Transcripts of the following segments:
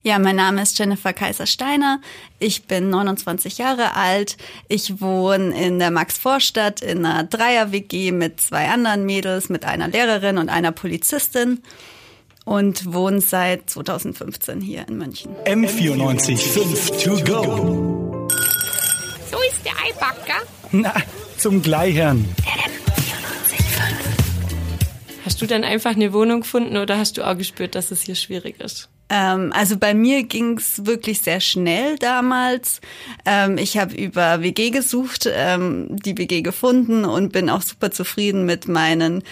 Ja, mein Name ist Jennifer Kaiser-Steiner. Ich bin 29 Jahre alt. Ich wohne in der Max-Vorstadt in einer Dreier-WG mit 2 anderen Mädels, mit einer Lehrerin und einer Polizistin und wohne seit 2015 hier in München. M94.5 to go. So ist der Eibacker. Na, zum Gleichern. Hast du dann einfach eine Wohnung gefunden oder hast du auch gespürt, dass es hier schwierig ist? Also bei mir ging's wirklich sehr schnell damals. Ich habe über WG gesucht, die WG gefunden und bin auch super zufrieden mit meinen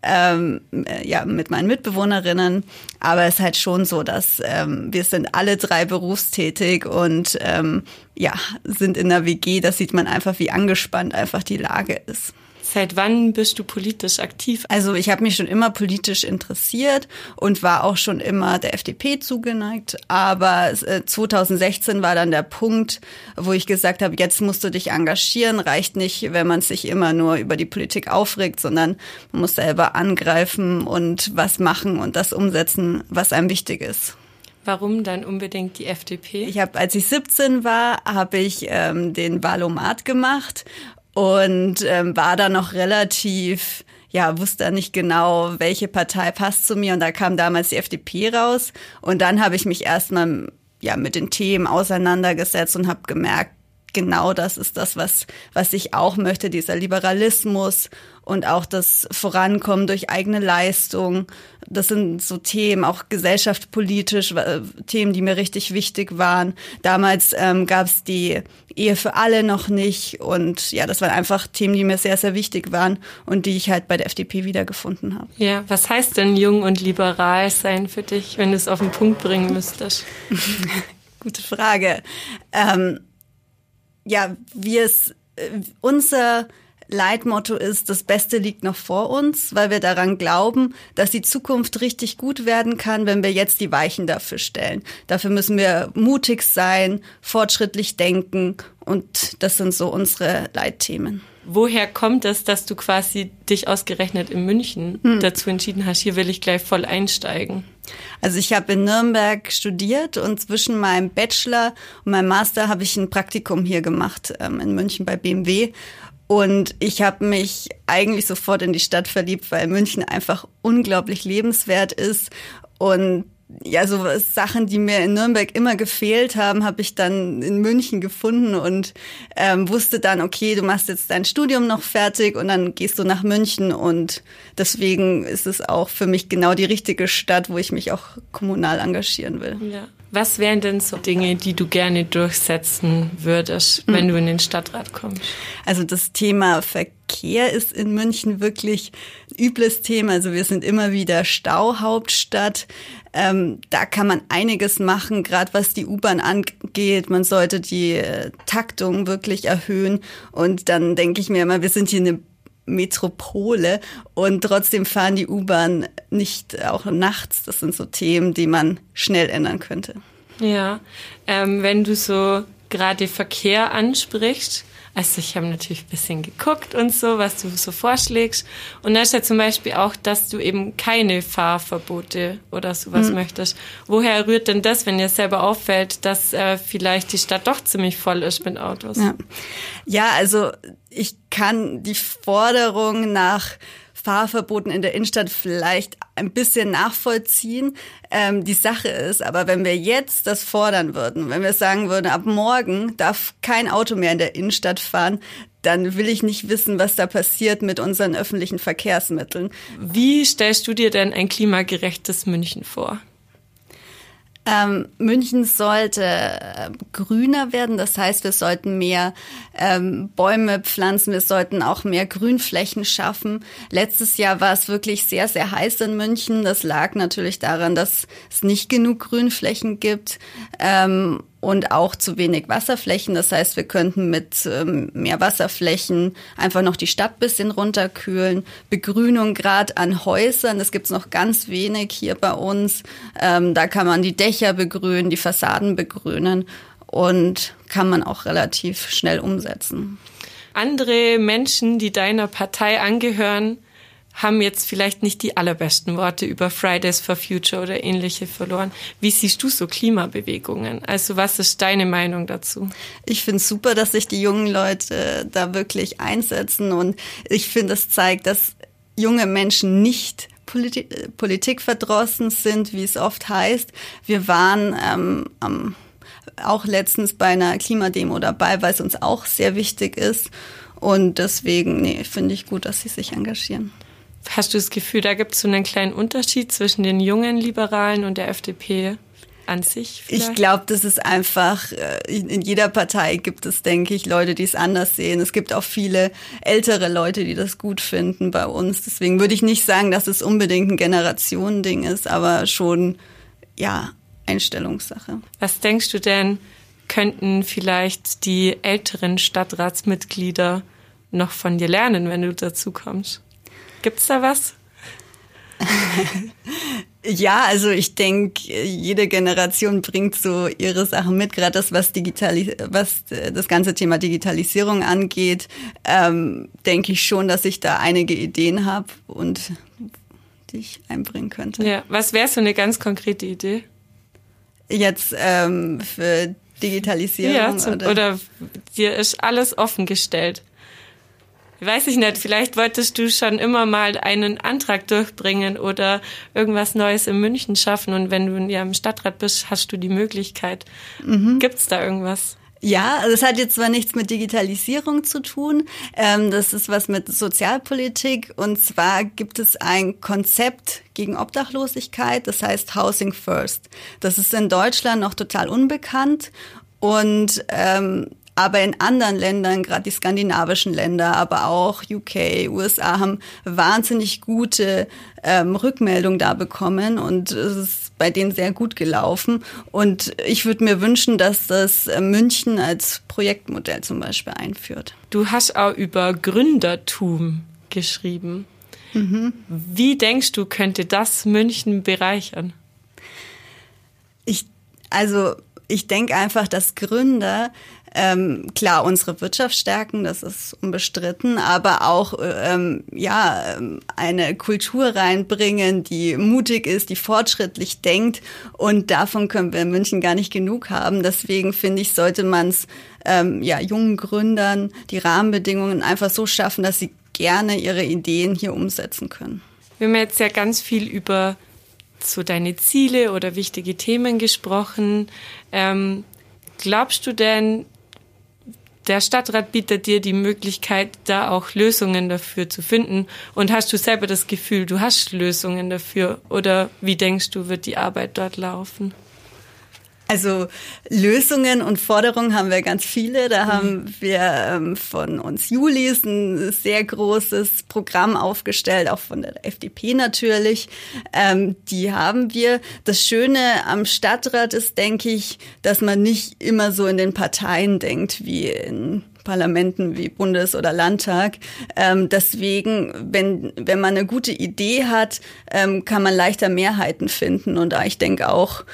Mitbewohnerinnen. Aber es ist halt schon so, dass wir sind alle 3 berufstätig und sind in der WG. Das sieht man einfach, wie angespannt einfach die Lage ist. Seit wann bist du politisch aktiv? Also ich habe mich schon immer politisch interessiert und war auch schon immer der FDP zugeneigt. Aber 2016 war dann der Punkt, wo ich gesagt habe, jetzt musst du dich engagieren. Reicht nicht, wenn man sich immer nur über die Politik aufregt, sondern man muss selber angreifen und was machen und das umsetzen, was einem wichtig ist. Warum dann unbedingt die FDP? Als ich 17 war, habe ich den Wahlomat gemacht. Und war da noch relativ, wusste nicht genau, welche Partei passt zu mir. Und da kam damals die FDP raus. Und dann habe ich mich erstmal mit den Themen auseinandergesetzt und habe gemerkt, genau das ist das, was ich auch möchte, dieser Liberalismus und auch das Vorankommen durch eigene Leistung. Das sind so Themen, auch gesellschaftspolitisch, Themen, die mir richtig wichtig waren. Damals gab es die Ehe für alle noch nicht und das waren einfach Themen, die mir sehr, sehr wichtig waren und die ich halt bei der FDP wiedergefunden habe. Ja, was heißt denn jung und liberal sein für dich, wenn du es auf den Punkt bringen müsstest? Gute Frage. Unser Leitmotto ist, das Beste liegt noch vor uns, weil wir daran glauben, dass die Zukunft richtig gut werden kann, wenn wir jetzt die Weichen dafür stellen. Dafür müssen wir mutig sein, fortschrittlich denken und das sind so unsere Leitthemen. Woher kommt es, dass du quasi dich ausgerechnet in München dazu entschieden hast, hier will ich gleich voll einsteigen? Also ich habe in Nürnberg studiert und zwischen meinem Bachelor und meinem Master habe ich ein Praktikum hier gemacht in München bei BMW. Und ich habe mich eigentlich sofort in die Stadt verliebt, weil München einfach unglaublich lebenswert ist. Und so Sachen, die mir in Nürnberg immer gefehlt haben, habe ich dann in München gefunden und wusste dann, okay, du machst jetzt dein Studium noch fertig und dann gehst du nach München. Und deswegen ist es auch für mich genau die richtige Stadt, wo ich mich auch kommunal engagieren will. Ja. Was wären denn so Dinge, die du gerne durchsetzen würdest, wenn du in den Stadtrat kommst? Also das Thema Verkehr ist in München wirklich ein übles Thema. Also wir sind immer wieder Stauhauptstadt. Da kann man einiges machen, gerade was die U-Bahn angeht. Man sollte die Taktung wirklich erhöhen. Und dann denke ich mir immer, wir sind hier eine Metropole und trotzdem fahren die U-Bahn nicht auch nachts. Das sind so Themen, die man schnell ändern könnte. Ja, wenn du so gerade Verkehr ansprichst, also ich habe natürlich ein bisschen geguckt und so, was du so vorschlägst. Und da ist ja zum Beispiel auch, dass du eben keine Fahrverbote oder sowas möchtest. Woher rührt denn das, wenn dir selber auffällt, dass vielleicht die Stadt doch ziemlich voll ist mit Autos? Ja, also ich kann die Forderung nach Fahrverboten in der Innenstadt vielleicht ein bisschen nachvollziehen. Die Sache ist, aber wenn wir jetzt das fordern würden, wenn wir sagen würden, ab morgen darf kein Auto mehr in der Innenstadt fahren, dann will ich nicht wissen, was da passiert mit unseren öffentlichen Verkehrsmitteln. Wie stellst du dir denn ein klimagerechtes München vor? München sollte grüner werden, das heißt, wir sollten mehr Bäume pflanzen, wir sollten auch mehr Grünflächen schaffen. Letztes Jahr war es wirklich sehr, sehr heiß in München. Das lag natürlich daran, dass es nicht genug Grünflächen gibt und auch zu wenig Wasserflächen. Das heißt, wir könnten mit mehr Wasserflächen einfach noch die Stadt ein bisschen runterkühlen. Begrünung gerade an Häusern, das gibt's noch ganz wenig hier bei uns. Da kann man die Dächer begrünen, die Fassaden begrünen und kann man auch relativ schnell umsetzen. Andere Menschen, die deiner Partei angehören, haben jetzt vielleicht nicht die allerbesten Worte über Fridays for Future oder ähnliche verloren. Wie siehst du so Klimabewegungen? Also was ist deine Meinung dazu? Ich finde es super, dass sich die jungen Leute da wirklich einsetzen und ich finde, es zeigt, dass junge Menschen nicht politikverdrossen sind, wie es oft heißt. Wir waren auch letztens bei einer Klimademo dabei, weil es uns auch sehr wichtig ist und deswegen finde ich gut, dass sie sich engagieren. Hast du das Gefühl, da gibt es so einen kleinen Unterschied zwischen den jungen Liberalen und der FDP an sich vielleicht? Ich glaube, das ist einfach, in jeder Partei gibt es, denke ich, Leute, die es anders sehen. Es gibt auch viele ältere Leute, die das gut finden bei uns. Deswegen würde ich nicht sagen, dass es unbedingt ein Generationending ist, aber schon, ja, Einstellungssache. Was denkst du denn, könnten vielleicht die älteren Stadtratsmitglieder noch von dir lernen, wenn du dazu kommst? Gibt's da was? Ja, also ich denke, jede Generation bringt so ihre Sachen mit, gerade das, was das ganze Thema Digitalisierung angeht, denke ich schon, dass ich da einige Ideen habe und die ich einbringen könnte. Ja, was wäre so eine ganz konkrete Idee? Jetzt für Digitalisierung? Ja, oder dir ist alles offengestellt. Weiß ich nicht, vielleicht wolltest du schon immer mal einen Antrag durchbringen oder irgendwas Neues in München schaffen und wenn du ja im Stadtrat bist, hast du die Möglichkeit. Gibt's da irgendwas? Ja, also es hat jetzt zwar nichts mit Digitalisierung zu tun, das ist was mit Sozialpolitik und zwar gibt es ein Konzept gegen Obdachlosigkeit, das heißt Housing First. Das ist in Deutschland noch total unbekannt und aber in anderen Ländern, gerade die skandinavischen Länder, aber auch UK, USA, haben wahnsinnig gute Rückmeldungen da bekommen und es ist bei denen sehr gut gelaufen. Und ich würde mir wünschen, dass das München als Projektmodell zum Beispiel einführt. Du hast auch über Gründertum geschrieben. Wie denkst du, könnte das München bereichern? Ich denke einfach, dass Gründer klar unsere Wirtschaft stärken, das ist unbestritten, aber auch eine Kultur reinbringen, die mutig ist, die fortschrittlich denkt und davon können wir in München gar nicht genug haben. Deswegen finde ich, sollte man es jungen Gründern die Rahmenbedingungen einfach so schaffen, dass sie gerne ihre Ideen hier umsetzen können. Wir haben jetzt ja ganz viel über so deine Ziele oder wichtige Themen gesprochen. Glaubst du denn, der Stadtrat bietet dir die Möglichkeit, da auch Lösungen dafür zu finden? Und hast du selber das Gefühl, du hast Lösungen dafür? Oder wie denkst du, wird die Arbeit dort laufen? Also Lösungen und Forderungen haben wir ganz viele. Da haben wir von uns Julis ein sehr großes Programm aufgestellt, auch von der FDP natürlich. Die haben wir. Das Schöne am Stadtrat ist, denke ich, dass man nicht immer so in den Parteien denkt wie in Parlamenten wie Bundes- oder Landtag. Deswegen, wenn man eine gute Idee hat, kann man leichter Mehrheiten finden. Und ich denke auch,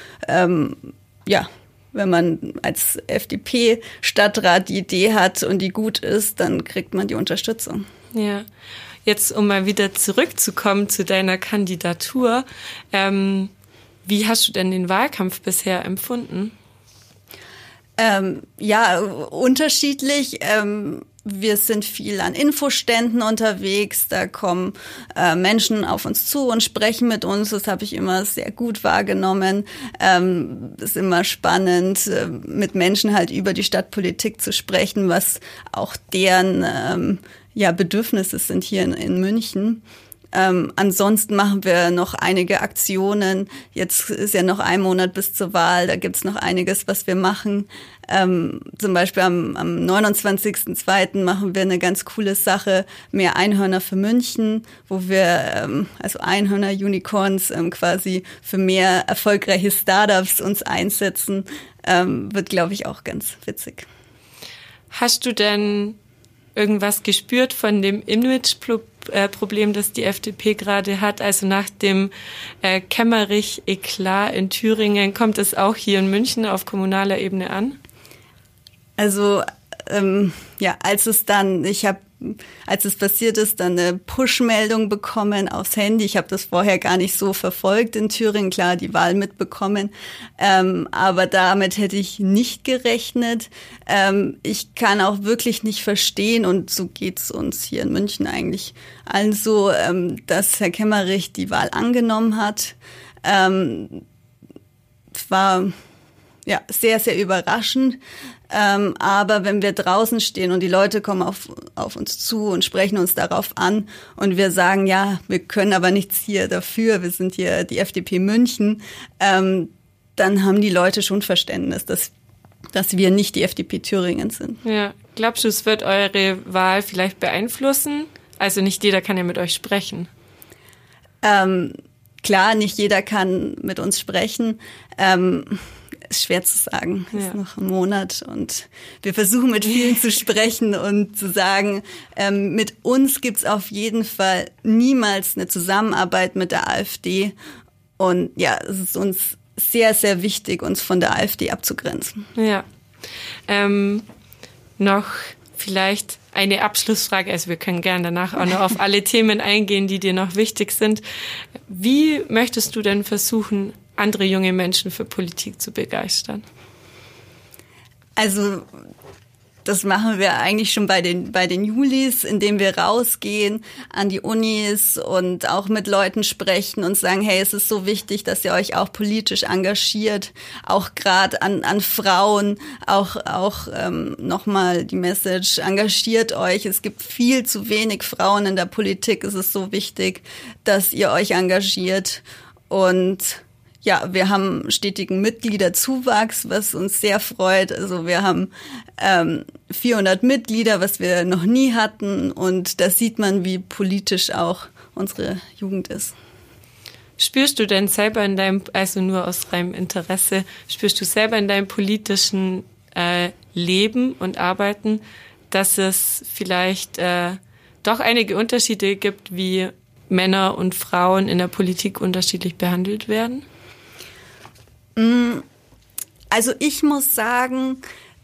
wenn man als FDP-Stadtrat die Idee hat und die gut ist, dann kriegt man die Unterstützung. Ja, jetzt um mal wieder zurückzukommen zu deiner Kandidatur. Wie hast du denn den Wahlkampf bisher empfunden? Unterschiedlich. Wir sind viel an Infoständen unterwegs, da kommen Menschen auf uns zu und sprechen mit uns. Das habe ich immer sehr gut wahrgenommen. Ist immer spannend, mit Menschen halt über die Stadtpolitik zu sprechen, was auch deren Bedürfnisse sind hier in München. Ansonsten machen wir noch einige Aktionen. Jetzt ist ja noch ein Monat bis zur Wahl. Da gibt's noch einiges, was wir machen. Zum Beispiel am 29.02. machen wir eine ganz coole Sache, mehr Einhörner für München, wo wir also Einhörner-Unicorns quasi für mehr erfolgreiche Startups uns einsetzen. Wird, glaube ich, auch ganz witzig. Hast du denn irgendwas gespürt von dem Image-Problem, das die FDP gerade hat? Also nach dem Kemmerich-Eklat in Thüringen, kommt es auch hier in München auf kommunaler Ebene an? Also als es dann, ich habe als es passiert ist, dann eine Push-Meldung bekommen aufs Handy. Ich habe das vorher gar nicht so verfolgt in Thüringen, klar, die Wahl mitbekommen, aber damit hätte ich nicht gerechnet. Ich kann auch wirklich nicht verstehen, und so geht's uns hier in München eigentlich allen so, dass Herr Kemmerich die Wahl angenommen hat. War ja sehr, sehr überraschend. Aber wenn wir draußen stehen und die Leute kommen auf uns zu und sprechen uns darauf an und wir sagen, ja, wir können aber nichts hier dafür, wir sind hier die FDP München, dann haben die Leute schon Verständnis, dass wir nicht die FDP Thüringen sind. Ja, glaubst du, es wird eure Wahl vielleicht beeinflussen? Also nicht jeder kann ja mit euch sprechen. Klar, nicht jeder kann mit uns sprechen. Ist schwer zu sagen. Es ist noch ein Monat und wir versuchen mit vielen zu sprechen und zu sagen, mit uns gibt's auf jeden Fall niemals eine Zusammenarbeit mit der AfD. Und ja, es ist uns sehr, sehr wichtig, uns von der AfD abzugrenzen. Ja. Noch vielleicht eine Abschlussfrage. Also wir können gerne danach auch noch auf alle Themen eingehen, die dir noch wichtig sind. Wie möchtest du denn versuchen, andere junge Menschen für Politik zu begeistern? Also das machen wir eigentlich schon bei den Julis, indem wir rausgehen an die Unis und auch mit Leuten sprechen und sagen, hey, es ist so wichtig, dass ihr euch auch politisch engagiert, auch gerade an Frauen, auch nochmal die Message, engagiert euch. Es gibt viel zu wenig Frauen in der Politik. Es ist so wichtig, dass ihr euch engagiert. Und ja, wir haben stetigen Mitgliederzuwachs, was uns sehr freut. Also wir haben 400 Mitglieder, was wir noch nie hatten. Und da sieht man, wie politisch auch unsere Jugend ist. Spürst du denn selber in deinem, also nur aus reinem Interesse, spürst du selber in deinem politischen Leben und Arbeiten, dass es vielleicht doch einige Unterschiede gibt, wie Männer und Frauen in der Politik unterschiedlich behandelt werden? Also ich muss sagen,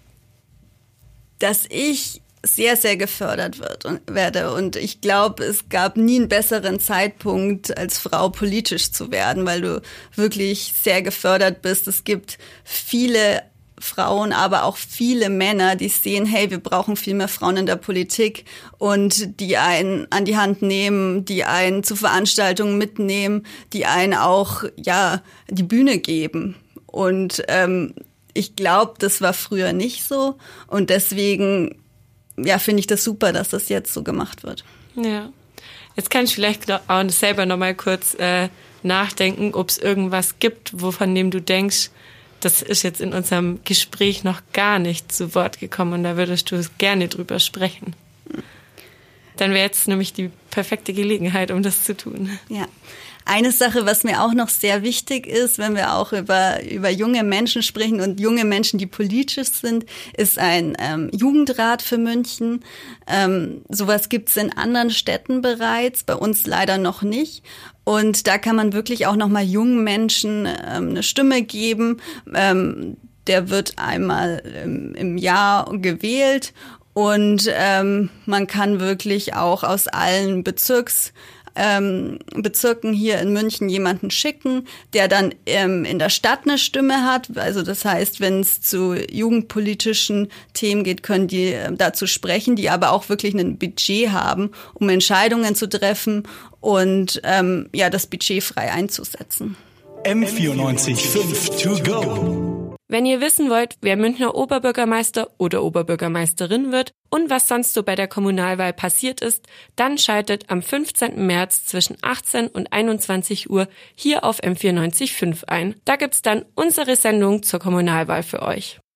dass ich sehr, sehr gefördert werde. Und ich glaube, es gab nie einen besseren Zeitpunkt, als Frau politisch zu werden, weil du wirklich sehr gefördert bist. Es gibt viele Frauen, aber auch viele Männer, die sehen, hey, wir brauchen viel mehr Frauen in der Politik und die einen an die Hand nehmen, die einen zu Veranstaltungen mitnehmen, die einen auch, ja, die Bühne geben. Und ich glaube, das war früher nicht so und deswegen, ja, finde ich das super, dass das jetzt so gemacht wird. Ja, jetzt kann ich vielleicht auch selber noch mal kurz nachdenken, ob es irgendwas gibt, von dem du denkst, das ist jetzt in unserem Gespräch noch gar nicht zu Wort gekommen und da würdest du gerne drüber sprechen. Dann wäre jetzt nämlich die perfekte Gelegenheit, um das zu tun. Ja. Eine Sache, was mir auch noch sehr wichtig ist, wenn wir auch über junge Menschen sprechen und junge Menschen, die politisch sind, ist ein Jugendrat für München. Sowas gibt's in anderen Städten bereits, bei uns leider noch nicht. Und da kann man wirklich auch nochmal jungen Menschen eine Stimme geben. Der wird einmal im Jahr gewählt und man kann wirklich auch aus allen Bezirken hier in München jemanden schicken, der dann in der Stadt eine Stimme hat. Also das heißt, wenn es zu jugendpolitischen Themen geht, können die dazu sprechen, die aber auch wirklich ein Budget haben, um Entscheidungen zu treffen und ja, das Budget frei einzusetzen. M94.5 to go. Wenn ihr wissen wollt, wer Münchner Oberbürgermeister oder Oberbürgermeisterin wird und was sonst so bei der Kommunalwahl passiert ist, dann schaltet am 15. März zwischen 18 und 21 Uhr hier auf M94.5 ein. Da gibt's dann unsere Sendung zur Kommunalwahl für euch.